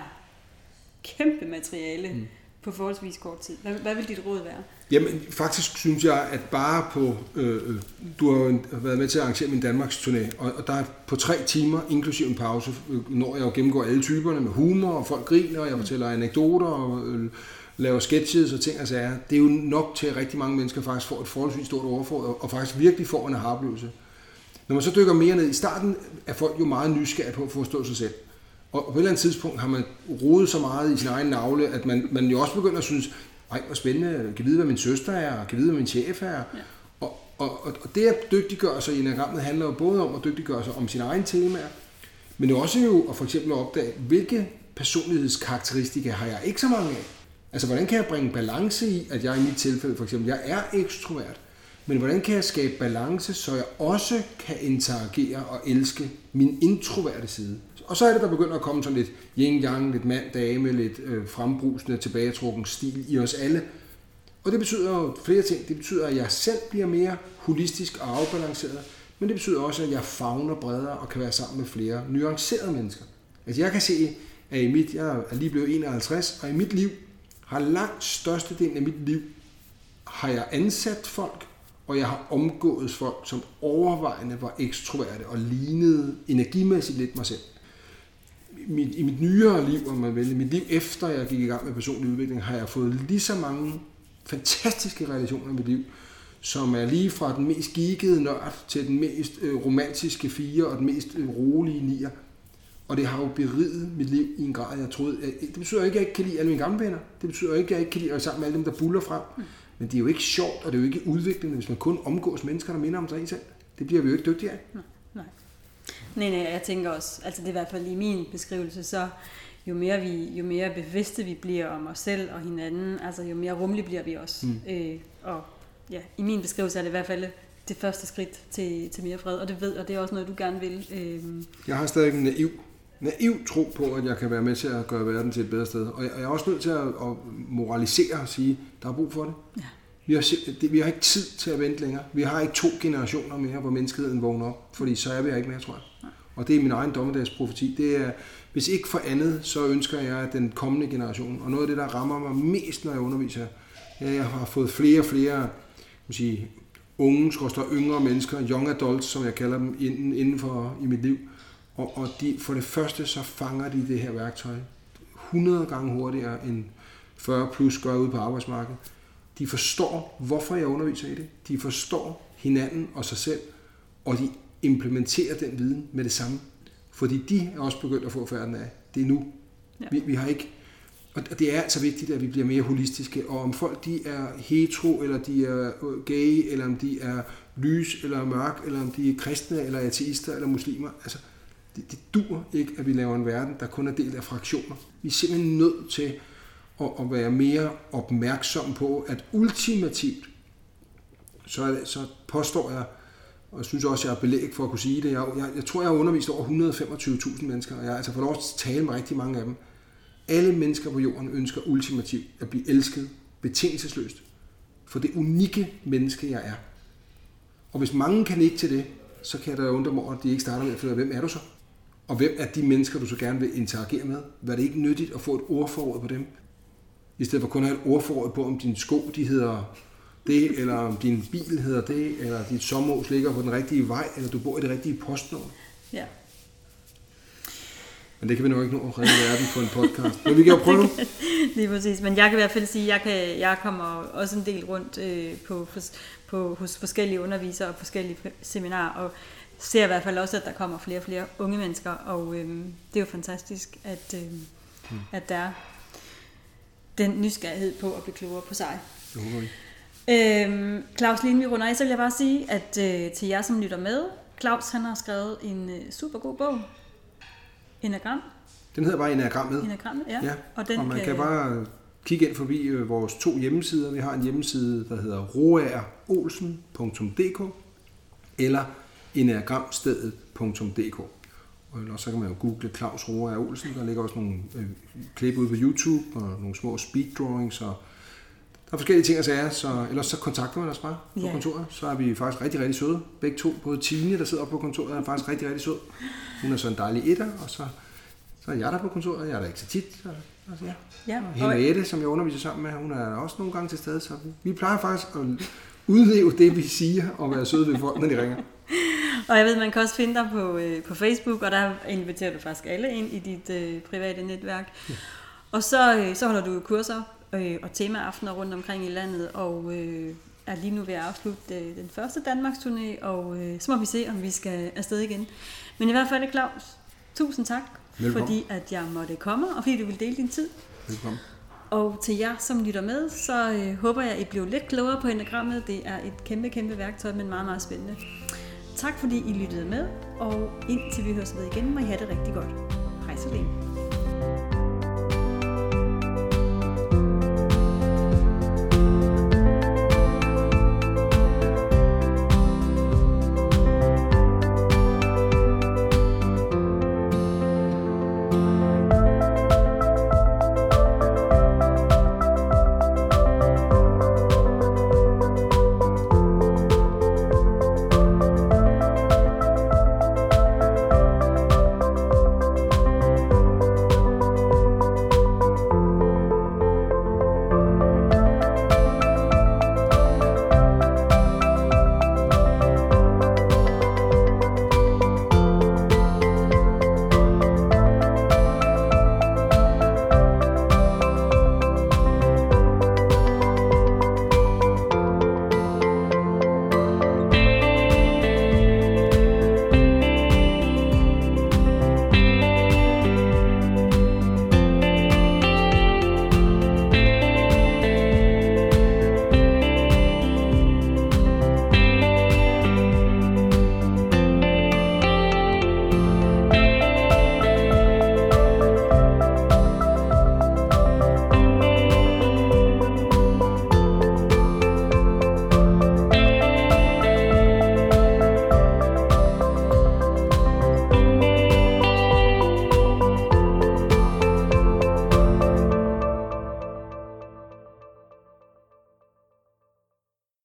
kæmpe materiale mm. på forholdsvis kort tid? Hvad, hvad vil dit råd være? Jamen, faktisk synes jeg, at bare på... Øh, du har jo været med til at arrangere min Danmarks turné, og, og der er på tre timer, inklusive en pause, når jeg jo gennemgår alle typerne med humor, og folk griner, og jeg fortæller anekdoter, og øh, laver sketches og ting og sager. Det er jo nok til, at rigtig mange mennesker faktisk får et forholdsvis stort overfor, og, og faktisk virkelig får en aha-oplevelse. Når man så dykker mere ned, i starten er folk jo meget nysgerrige på at forstå sig selv. Og på et eller andet tidspunkt har man rodet så meget i sin egen navle, at man, man jo også begynder at synes, ej, hvor spændende, jeg kan vide, hvad min søster er, og kan vide, hvad min chef er. Ja. Og, og, og det at dygtiggøre sig i enagrammet handler jo både om at dygtiggøre sig om sine egne temaer, men jo også jo at for eksempel opdage, hvilke personlighedskarakteristika har jeg ikke så mange af. Altså, hvordan kan jeg bringe balance i, at jeg i mit tilfælde for eksempel, jeg er ekstrovert, men hvordan kan jeg skabe balance, så jeg også kan interagere og elske min introverte side. Og så er det, der begynder at komme sådan lidt yin-yang, lidt mand-dame, lidt øh, frembrusende, tilbagetrukken stil i os alle. Og det betyder jo flere ting. Det betyder, at jeg selv bliver mere holistisk og afbalanceret, men det betyder også, at jeg favner bredere og kan være sammen med flere nuancerede mennesker. Altså jeg kan se, at i mit, jeg er lige blevet enoghalvtreds, og i mit liv har langt størstedelen af mit liv, har jeg ansat folk, og jeg har omgået folk, som overvejende var ekstroverte og lignede energimæssigt lidt mig selv. I mit nyere liv, om man vil, i mit liv efter jeg gik i gang med personlig udvikling, har jeg fået lige så mange fantastiske relationer i mit liv, som er lige fra den mest geekede nørd til den mest øh, romantiske fire og den mest øh, rolige nier. Og det har jo beriget mit liv i en grad, jeg troede. Det betyder ikke, at jeg ikke kan lide alle mine gamle venner. Det betyder ikke, at jeg ikke kan lide at være sammen med alle dem, der buller frem. Men det er jo ikke sjovt, og det er jo ikke udviklende, hvis man kun omgås mennesker, der minder om sig selv. Det bliver vi jo ikke dygtige af. Nej, nej. Nej, nej, jeg tænker også, altså det er i hvert fald i min beskrivelse, så jo mere, vi, jo mere bevidste vi bliver om os selv og hinanden, altså jo mere rummelige bliver vi også. Mm. Øh, og ja, i min beskrivelse er det i hvert fald det første skridt til, til mere fred, og det ved, og det er også noget, du gerne vil. Øh. Jeg har stadig en naiv, naiv tro på, at jeg kan være med til at gøre verden til et bedre sted. Og jeg, og jeg er også nødt til at, at moralisere og sige, der er brug for det. Ja. Vi har, vi har ikke tid til at vente længere. Vi har ikke to generationer mere, hvor menneskeheden vågner op, fordi så er vi ikke mere, tror jeg. Nej. Og det er min egen dommedagsprofeti. Det er, hvis ikke for andet, så ønsker jeg, at den kommende generation, og noget af det, der rammer mig mest, når jeg underviser, jeg har fået flere og flere sige, unge, skorstår yngre mennesker, young adults, som jeg kalder dem, inden, inden for i mit liv. Og, og de, for det første, så fanger de det her værktøj hundrede gange hurtigere end fyrre plus gør ude på arbejdsmarkedet. De forstår, hvorfor jeg underviser i det. De forstår hinanden og sig selv, og de implementerer den viden med det samme. Fordi de er også begyndt at få færden af. Det er nu. Ja. Vi, vi har ikke... Og det er altså vigtigt, at vi bliver mere holistiske. Og om folk de er hetero, eller de er gay, eller om de er lys, eller mørk, eller om de er kristne, eller ateister, eller muslimer. Altså, det, det dur ikke, at vi laver en verden, der kun er delt af fraktioner. Vi er simpelthen nødt til at, at være mere opmærksom på, at ultimativt, så, er det, så påstår jeg, og jeg synes også, jeg har belæg for at kunne sige det. Jeg, jeg, jeg tror, jeg har undervist over et hundrede og femogtyve tusind mennesker, og jeg har altså fået lov til at tale med rigtig mange af dem. Alle mennesker på jorden ønsker ultimativt at blive elsket, betingelsesløst, for det unikke menneske, jeg er. Og hvis mange kan ikke til det, så kan jeg da undre mig, at de ikke starter med at finde ud af, hvem er du så? Og hvem er de mennesker, du så gerne vil interagere med? Hvad er det ikke nyttigt at få et ordforråd på dem? I stedet for kun at have et ordforråd på, om dine sko de hedder det, eller om din bil hedder det, eller dit sommerhus ligger på den rigtige vej, eller du bor i det rigtige postnummer. Ja. Men det kan vi nok ikke nå at redde verden på en podcast. Men vi kan jo prøve. Lige præcis. Men jeg kan i hvert fald sige, at jeg, kan, jeg kommer også en del rundt øh, på, på, hos forskellige undervisere og forskellige seminarer, og ser i hvert fald også, at der kommer flere og flere unge mennesker, og øh, det er jo fantastisk, at, øh, hmm. at der er den nysgerrighed på at blive klogere på sig. Okay. Øhm, Claus, lige vi runder af, så vil jeg bare sige, at øh, til jer, som lytter med, Claus han har skrevet en øh, super god bog, Enagram. Den hedder bare Enagrammet. Enagrammet, ja. ja. Og, den og man kan, kan bare kigge ind forbi øh, vores to hjemmesider. Vi har en hjemmeside, der hedder roager olsen punktum d k eller enagramstedet punktum d k. Og ellers så kan man jo google Claus Roager Olsen. Der ligger også nogle øh, klip ude på YouTube og nogle små speed drawings og der er forskellige ting at sige, så ellers så kontakter man os bare på yeah. kontoret. Så er vi faktisk rigtig, rigtig søde. Begge to, både Tine, der sidder oppe på kontoret, er faktisk rigtig, rigtig sød. Hun er så en dejlig etter, og så, så er jeg der på kontoret. Jeg er der ikke så tit. Så, altså, ja. Ja. Og Henriette, som jeg underviser sammen med, hun er også nogle gange til stede. Så vi plejer faktisk at udleve det, vi siger, og være søde ved folk, når de ringer. Og jeg ved, man kan også finde dig på, øh, på Facebook, og der inviterer du faktisk alle ind i dit øh, private netværk. Ja. Og så, øh, så holder du kurser øh, og temaaftener rundt omkring i landet, og øh, er lige nu ved at afslutte øh, den første Danmarksturné, og øh, så må vi se, om vi skal afsted igen. Men i hvert fald, Claus, tusind tak, Velkommen. Fordi at jeg måtte komme, og fordi du ville dele din tid. Velkommen. Og til jer, som lytter med, så øh, håber jeg, at I blev lidt klogere på enagrammet. Det er et kæmpe, kæmpe værktøj, men meget, meget spændende. Tak fordi I lyttede med, og indtil vi høres ved igen, må I have det rigtig godt. Hej så længe.